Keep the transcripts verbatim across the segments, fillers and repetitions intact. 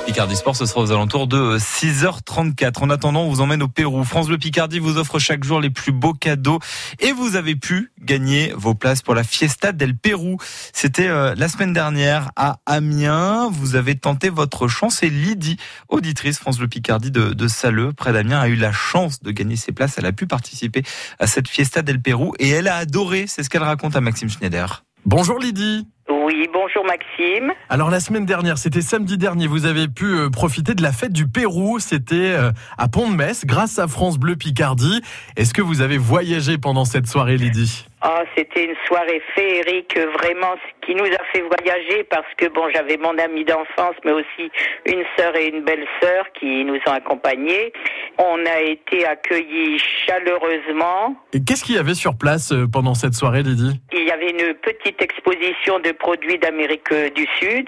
Picardie Sport, ce sera aux alentours de six heures trente-quatre. En attendant, on vous emmène au Pérou. France Bleu Picardie vous offre chaque jour les plus beaux cadeaux et vous avez pu gagner vos places pour la Fiesta del Pérou. C'était euh, la semaine dernière à Amiens. Vous avez tenté votre chance et Lydie, auditrice France Bleu Picardie de, de Salleux, près d'Amiens, a eu la chance de gagner ses places. Elle a pu participer à cette Fiesta del Pérou et elle a adoré. C'est ce qu'elle raconte à Maxime Schneider. Bonjour Lydie. Oui, bonjour Maxime. Alors la semaine dernière, c'était samedi dernier, vous avez pu euh, profiter de la fête du Pérou. C'était euh, à Pont-de-Metz, grâce à France Bleu Picardie. Est-ce que vous avez voyagé pendant cette soirée, Lydie ? Ah, c'était une soirée féerique, vraiment, ce qui nous a fait voyager parce que bon, j'avais mon ami d'enfance, mais aussi une sœur et une belle-sœur qui nous ont accompagnés. On a été accueillis chaleureusement. Et qu'est-ce qu'il y avait sur place euh, pendant cette soirée, Lydie ? Il y avait une petite exposition de produits d'Amérique du Sud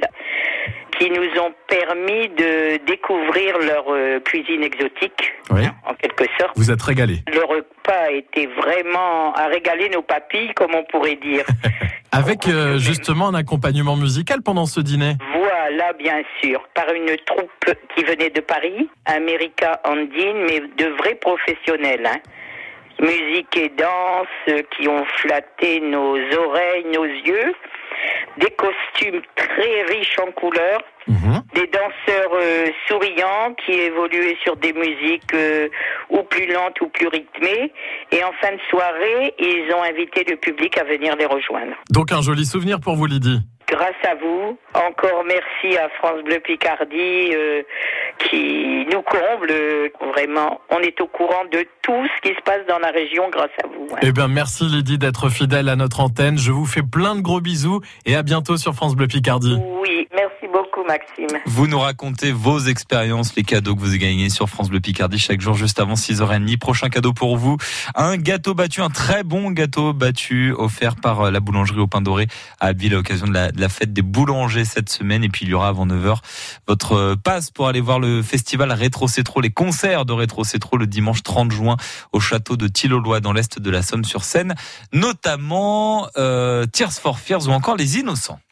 qui nous ont permis de découvrir leur euh, cuisine exotique, Oui. en quelque sorte. Vous êtes régalé. Le repas était vraiment à régaler nos papilles, comme on pourrait dire. Avec euh, justement un accompagnement musical pendant ce dîner. Voilà, bien sûr, par une troupe qui venait de Paris, America Andine, mais de vrais professionnels, hein. Musique et danse euh, qui ont flatté nos oreilles, nos yeux. Des costumes très riches en couleurs, mmh. des danseurs euh, souriants qui évoluaient sur des musiques euh, ou plus lentes ou plus rythmées. Et en fin de soirée, ils ont invité le public à venir les rejoindre. Donc un joli souvenir pour vous, Lydie. Grâce à vous, encore merci à France Bleu Picardie euh, qui nous comble. Euh, vraiment, on est au courant de tout ce qui se passe dans la région grâce à vous. Hein. Eh bien, merci Lydie d'être fidèle à notre antenne. Je vous fais plein de gros bisous et à bientôt sur France Bleu Picardie. Oui, merci beaucoup Maxime. Vous nous racontez vos expériences, les cadeaux que vous avez gagnés sur France Bleu Picardie chaque jour juste avant six heures trente. Prochain cadeau pour vous, un gâteau battu, un très bon gâteau battu offert par la boulangerie au pain doré à Abbeville à l'occasion de la, de la fête des boulangers cette semaine. Et puis il y aura avant neuf heures votre passe pour aller voir le festival Rétro Cétro, les concerts de Rétro Cétro le dimanche trente juin au château de Tilloloy dans l'est de la Somme-sur-Seine, notamment euh, Tears for Fears ou encore Les Innocents.